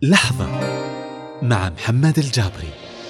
لحظة مع محمد الجابري.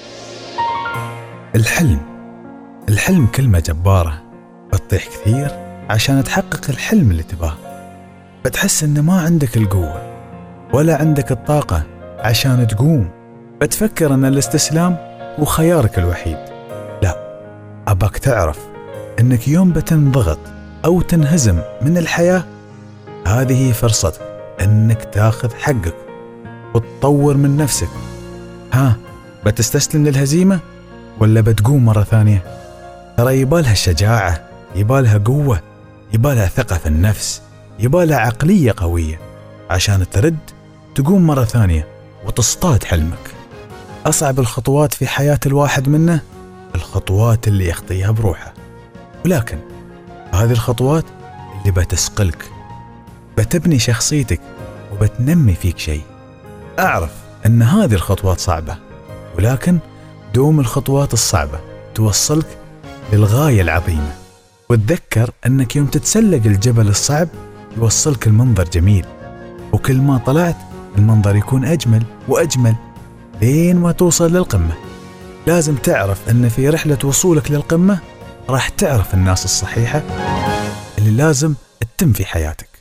الحلم كلمة جبارة، بتطيح كثير عشان تحقق الحلم اللي تباه. بتحس إن ما عندك القوة ولا عندك الطاقة عشان تقوم. بتفكر إن الاستسلام هو خيارك الوحيد. لا، أباك تعرف إنك يوم بتنضغط أو تنهزم من الحياة، هذه فرصتك إنك تاخذ حقك وتطور من نفسك. بتستسلم للهزيمة ولا بتقوم مرة ثانية؟ ترى يبالها الشجاعة، يبالها قوة، يبالها ثقة في النفس، يبالها عقلية قوية عشان ترد تقوم مرة ثانية وتصطاد حلمك. أصعب الخطوات في حياة الواحد منه الخطوات اللي يخطيها بروحه، ولكن هذه الخطوات اللي بتسقلك، بتبني شخصيتك وبتنمي فيك شيء. أعرف أن هذه الخطوات صعبة، ولكن دوم الخطوات الصعبة توصلك للغاية العظيمة. وتذكر أنك يوم تتسلق الجبل الصعب يوصلك المنظر جميل، وكل ما طلعت المنظر يكون أجمل وأجمل لين ما توصل للقمة. لازم تعرف أن في رحلة وصولك للقمة راح تعرف الناس الصحيحة اللي لازم تتم في حياتك.